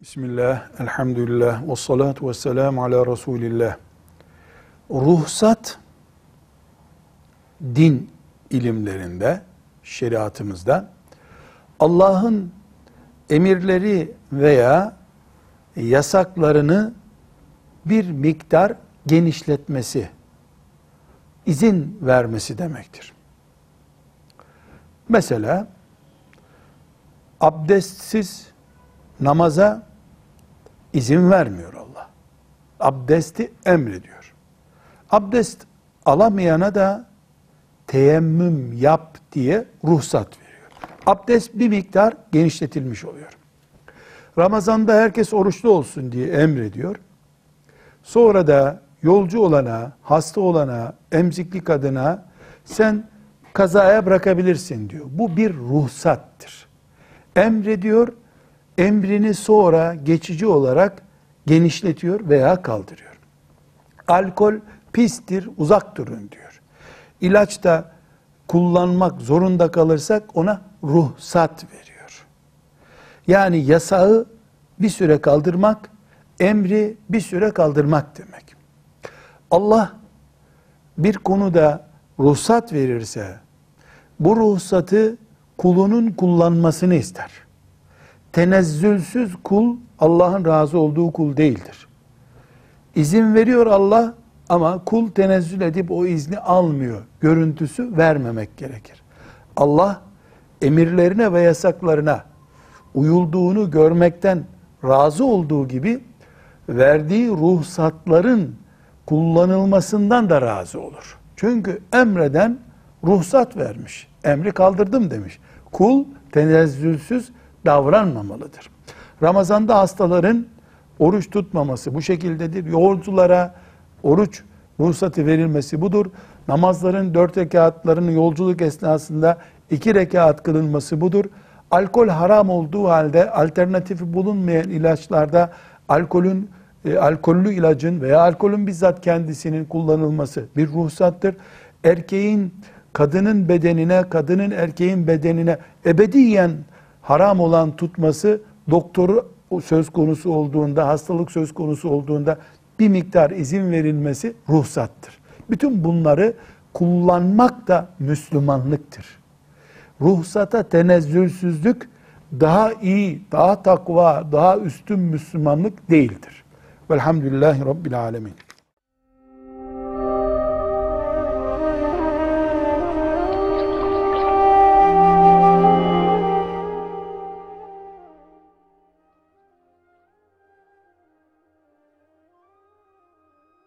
Bismillah, elhamdülillah, ve salatu ve selamu ala Resulillah. Ruhsat, din ilimlerinde, şeriatımızda, Allah'ın emirleri veya yasaklarını bir miktar genişletmesi, izin vermesi demektir. Mesela, abdestsiz namaza izin vermiyor Allah. Abdesti emrediyor. Abdest alamayana da teyemmüm yap diye ruhsat veriyor. Abdest bir miktar genişletilmiş oluyor. Ramazanda herkes oruçlu olsun diye emrediyor. Sonra da yolcu olana, hasta olana, emzikli kadına sen kazaya bırakabilirsin diyor. Bu bir ruhsattır. Emrediyor, emrini sonra geçici olarak genişletiyor veya kaldırıyor. Alkol pistir, uzak durun diyor. İlaç da kullanmak zorunda kalırsak ona ruhsat veriyor. Yani yasağı bir süre kaldırmak, emri bir süre kaldırmak demek. Allah bir konuda ruhsat verirse, bu ruhsatı kulunun kullanmasını ister. Tenezzülsüz kul, Allah'ın razı olduğu kul değildir. İzin veriyor Allah ama kul tenezzül edip o izni almıyor. Görüntüsü vermemek gerekir. Allah emirlerine ve yasaklarına uyulduğunu görmekten razı olduğu gibi verdiği ruhsatların kullanılmasından da razı olur. Çünkü emreden ruhsat vermiş. Emri kaldırdım demiş. Kul tenezzülsüz davranmamalıdır. Ramazanda hastaların oruç tutmaması bu şekildedir. Yolculara oruç ruhsatı verilmesi budur. Namazların 4 rekatlarının yolculuk esnasında 2 rekat kılınması budur. Alkol haram olduğu halde alternatifi bulunmayan ilaçlarda alkollü ilacın veya alkolün bizzat kendisinin kullanılması bir ruhsattır. Erkeğin kadının bedenine, kadının erkeğin bedenine ebediyen haram olan tutması, doktoru söz konusu olduğunda, hastalık söz konusu olduğunda bir miktar izin verilmesi ruhsattır. Bütün bunları kullanmak da Müslümanlıktır. Ruhsata tenezzülsüzlük daha iyi, daha takva, daha üstün Müslümanlık değildir. Velhamdülillahi Rabbil Alemin.